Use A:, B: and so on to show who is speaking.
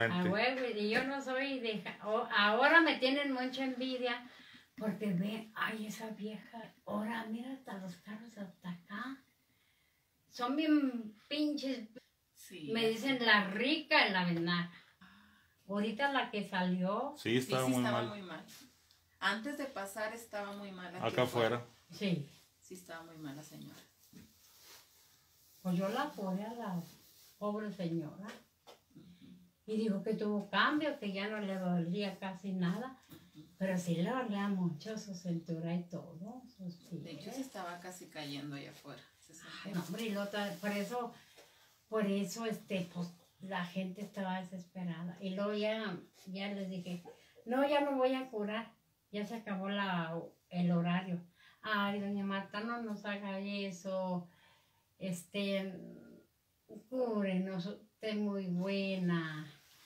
A: A huevo, y yo no soy de... Ahora me tienen mucha envidia porque ven, ay, esa vieja, ahora mira hasta los carros hasta acá. Son bien pinches. Sí, me dicen la rica en la verdad. Ahorita la que salió.
B: Sí, estaba muy mal.
C: Antes de pasar estaba muy mal.
B: Acá afuera.
A: Sí.
C: Sí, estaba muy mal la señora.
A: Pues yo la apoyé a la pobre señora. Y dijo que tuvo cambio, que ya no le dolía casi nada. Pero sí le dolía mucho su cintura y todo. Sus pies.
C: De hecho, se estaba casi cayendo allá afuera.
A: Ay, no, hombre, y por eso, pues, la gente estaba desesperada. Y luego ya les dije, no, ya no voy a curar. Ya se acabó el horario. Ay, doña Marta, no nos haga eso. Cúrenos, usted es muy buena.